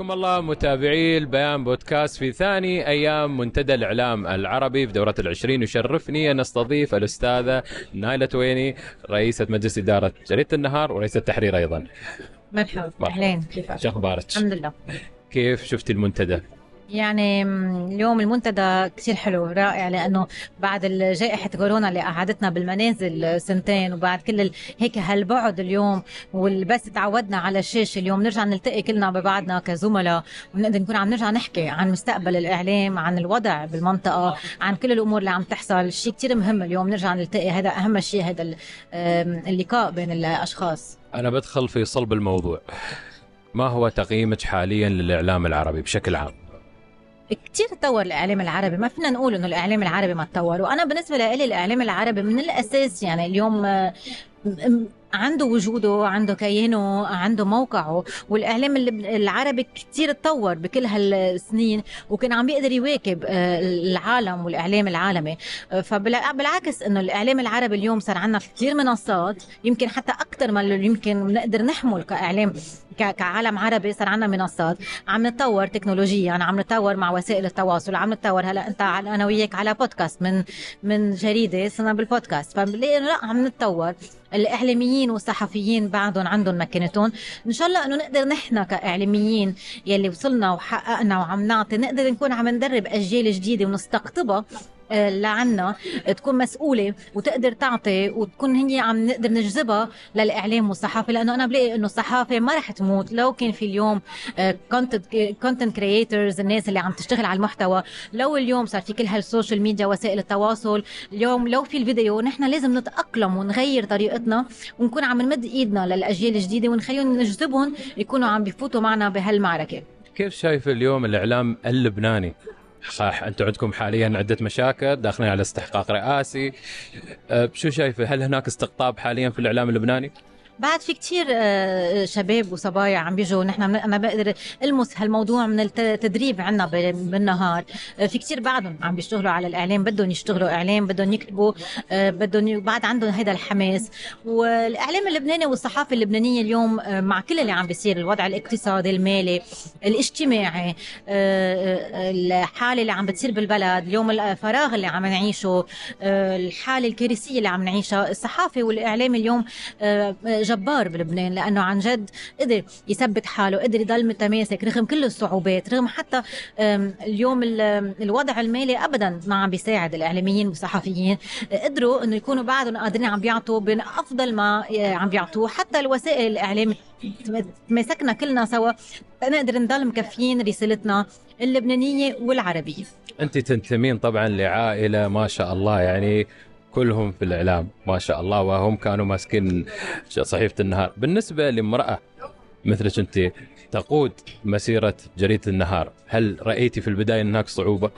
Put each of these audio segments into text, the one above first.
حياكم الله متابعي البيان بودكاست في ثاني أيام منتدى الإعلام العربي في دورة العشرين. يشرفني أن أستضيف الأستاذة نايلة تويني، رئيسة مجلس إدارة جريدة النهار ورئيسة التحرير أيضا. مرحبا، أهلين، كيفك؟ شو أخبارك؟ الحمد لله. كيف شفتي المنتدى؟ يعني اليوم المنتدى كثير حلو رائع، لأنه بعد جائحة كورونا اللي قعدتنا بالمنازل سنتين، وبعد كل هيك هالبعد اليوم، والبس تعودنا على الشاشة، اليوم نرجع نلتقي كلنا ببعضنا كزملاء، ونقدر نكون عم نرجع نحكي عن مستقبل الإعلام، عن الوضع بالمنطقة، عن كل الأمور اللي عم تحصل. شيء كتير مهم اليوم نرجع نلتقي، هذا أهم شيء، هذا اللقاء بين الأشخاص. أنا بدخل في صلب الموضوع. ما هو تقييمك حاليا للإعلام العربي بشكل عام؟ كتير تطور الإعلام العربي، ما فينا نقول إنه الإعلام العربي ما تطور. وأنا بالنسبة لي الإعلام العربي من الأساس يعني اليوم عنده وجوده، عنده كيانه، عنده موقعه. والإعلام العربي كتير تطور بكل هالسنين، وكان عم بيقدر يواكب العالم والإعلام العالمي. فبالعكس إنه الإعلام العربي اليوم صار عنا كتير منصات، يمكن حتى أكتر ما يمكن نقدر نحمل كإعلام كعالم عربي. صار عنا منصات، عم نتطور تكنولوجيا، عم نتطور مع وسائل التواصل، عم نتطور. هلا انت انا وياك على بودكاست من جريده، صرنا بالبودكاست. لا، عم نتطور. الاعلاميين والصحفيين بعدهم عندهم مكانتهم. ان شاء الله انه نقدر نحن كاعلاميين يلي وصلنا وحققنا وعم نعطي، نقدر نكون عم ندرب اجيال جديده ونستقطبها لعنا تكون مسؤولة وتقدر تعطي، وتكون هي عم نقدر نجذبها للإعلام والصحافة. لأنه أنا بلاقي إنه الصحافة ما رح تموت لو كان في اليوم content creators، الناس اللي عم تشتغل على المحتوى. لو اليوم صار في كل هالسوشيال ميديا، وسائل التواصل، اليوم لو في الفيديو، نحن لازم نتأقلم ونغير طريقتنا، ونكون عم نمد إيدنا للأجيال الجديدة، ونخليهم نجذبهم يكونوا عم بيفوتوا معنا بهالمعركة. كيف شايف اليوم الإعلام اللبناني؟ صح، أنتم عندكم حاليا عدة مشاكل، داخلين على استحقاق رئاسي. شو شايفه؟ هل هناك استقطاب حاليا في الإعلام اللبناني؟ بعد في كتير شباب وصبايا عم بيجوا. نحن أنا بقدر ألمس هالموضوع من التدريب عنا بالنهار. في كتير بعدهم عم بيشتغلوا على الإعلام، بدهم يشتغلوا إعلام، بدهم يكتبوا، بعد عندهم هيدا الحماس. والإعلام اللبناني والصحافة اللبنانية اليوم مع كل اللي عم بيصير، الوضع الاقتصادي، المالي، الاجتماعي، الحالة اللي عم بتصير بالبلد اليوم، الفراغ اللي عم نعيشه، الحالة الكارثية اللي عم نعيشها، الصحافة والإعلام اليوم جبار بلبنان، لأنه عن جد قدر يثبت حاله، قدر يضل متماسك رغم كل الصعوبات، رغم حتى اليوم الوضع المالي أبدا ما عم بيساعد الإعلاميين والصحفيين. قدروا أنه يكونوا بعدهم قادرين عم بيعطوا بأفضل ما عم بيعطوه. حتى الوسائل الإعلام تمسكنا كلنا سوا نقدر نضل مكفيين رسالتنا اللبنانية والعربية. أنت تنتمين طبعا لعائلة ما شاء الله، يعني كلهم في الإعلام ما شاء الله، وهم كانوا ماسكين صحيفة النهار. بالنسبة لامرأة مثلك أنت تقود مسيرة جريدة النهار، هل رأيتي في البداية هناك صعوبة؟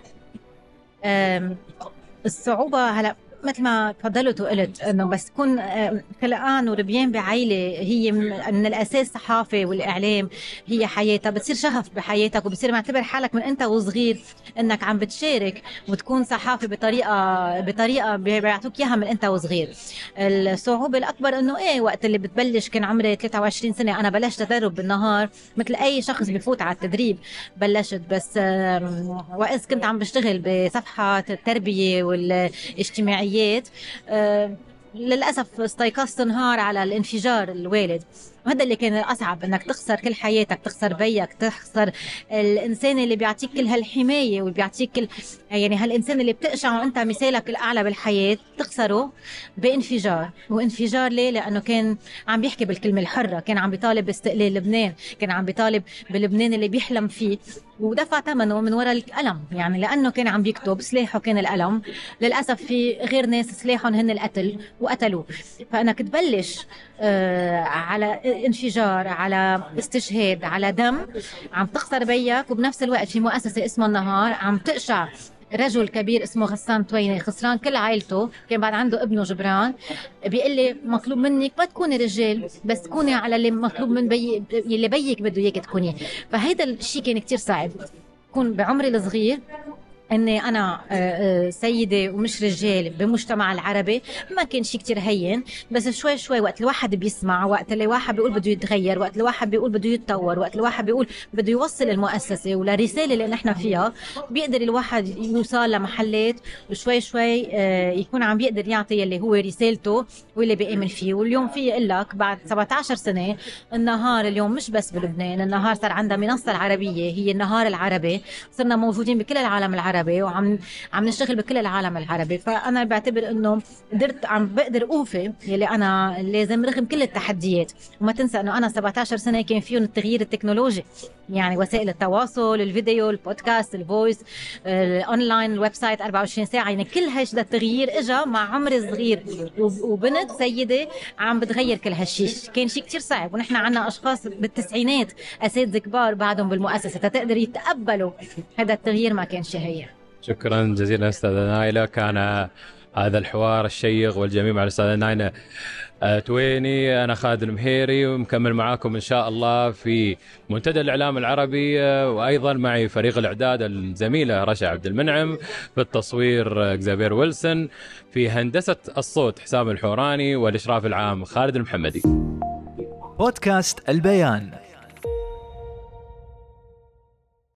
الصعوبة هلأ مثل ما تفضلت وقلت انه بس تكون خلقان وربيان بعائله هي من الاساس صحافه والاعلام هي حياتها، بتصير شغف بحياتك، وبصير معتبر حالك من انت وصغير انك عم بتشارك وتكون صحافي بطريقه بيعطوك اياها من انت وصغير. الصعوبه الاكبر انه وقت اللي بتبلش، كان عمري 23 سنه انا بلشت تدرب بالنهار مثل اي شخص بفوت على التدريب. بلشت بس وقت كنت عم بشتغل بصفحه التربيه والاجتماعيه. للأسف استيقظت نهار على الانفجار الوالد، وهذا اللي كان أصعب، إنك تخسر كل حياتك، تخسر بيك، تخسر الإنسان اللي بيعطيك كل هالحماية وبيعطيك يعني هالإنسان اللي بتقشعه وأنت مثالك الأعلى بالحياة، تخسره بانفجار. وانفجار ليه؟ لأنه كان عم بيحكي بالكلمة الحرة، كان عم بيطالب باستقلال لبنان، كان عم بيطالب بلبنان اللي بيحلم فيه، ودفع ثمنه من وراء الألم. يعني لأنه كان عم بيكتب، سلاحه كان الألم. للأسف في غير ناس سلاحهم هن القتل وقتلوه. فأنك تبلش على انفجار، على استشهاد، على دم، عم تخسر بيك، وبنفس الوقت في مؤسسة اسمها النهار عم تقشع رجل كبير اسمه غسان تويني، خسران كل عائلته، كان بعد عنده ابنه جبران. بيقول لي مطلوب منك ما تكوني رجال، بس تكوني على اللي مطلوب من اللي بيك بده اياك تكوني. فهيدا الشيء كان كتير صعب، كون بعمري الصغير اني انا سيده ومش رجال بمجتمع العربي ما كان شيء كتير هين. بس شوي شوي وقت الواحد بيسمع، وقت اللي الواحد بيقول بده يتغير، وقت الواحد بيقول بده يتطور، وقت الواحد بيقول بده يوصل المؤسسه ولرساله اللي نحن فيها، بيقدر الواحد يوصل لمحلات وشوي شوي يكون عم بيقدر يعطي اللي هو رسالته واللي بيؤمن فيه. واليوم في اقول لك بعد 17 سنه النهار اليوم مش بس بلبنان، النهار صار عندها منصه العربيه هي النهار العربي، صرنا موجودين بكل العالم العربي وعم نشتغل بكل العالم العربي. فانا بعتبر انه قدرت عم بقدر اوفي يلي انا لازم رغم كل التحديات. وما تنسى انه انا 17 سنه كان فيهم التغيير التكنولوجي، يعني وسائل التواصل، الفيديو، البودكاست، الفويس، الاونلاين، الويب سايت 24 ساعه، يعني كل هالشيء التغيير اجى مع عمر صغير وبنت سيده عم بتغير كل هالشيء. كان شيء كتير صعب، ونحن عنا اشخاص بالتسعينات اساتذه كبار بعدهم بالمؤسسه تقدر يتقبلوا هذا التغيير، ما كان شيء هين. شكرا جزيلا أستاذة نايلة، كان هذا الحوار الشيق والجميل مع الأستاذة نايلة تويني. أنا خالد المهيري ومكمل معاكم إن شاء الله في منتدى الإعلام العربي، وأيضا معي فريق الإعداد الزميلة رشا عبد المنعم، في التصوير إكزابير ويلسون، في هندسة الصوت حسام الحوراني، والإشراف العام خالد المحمدي. بودكاست البيان.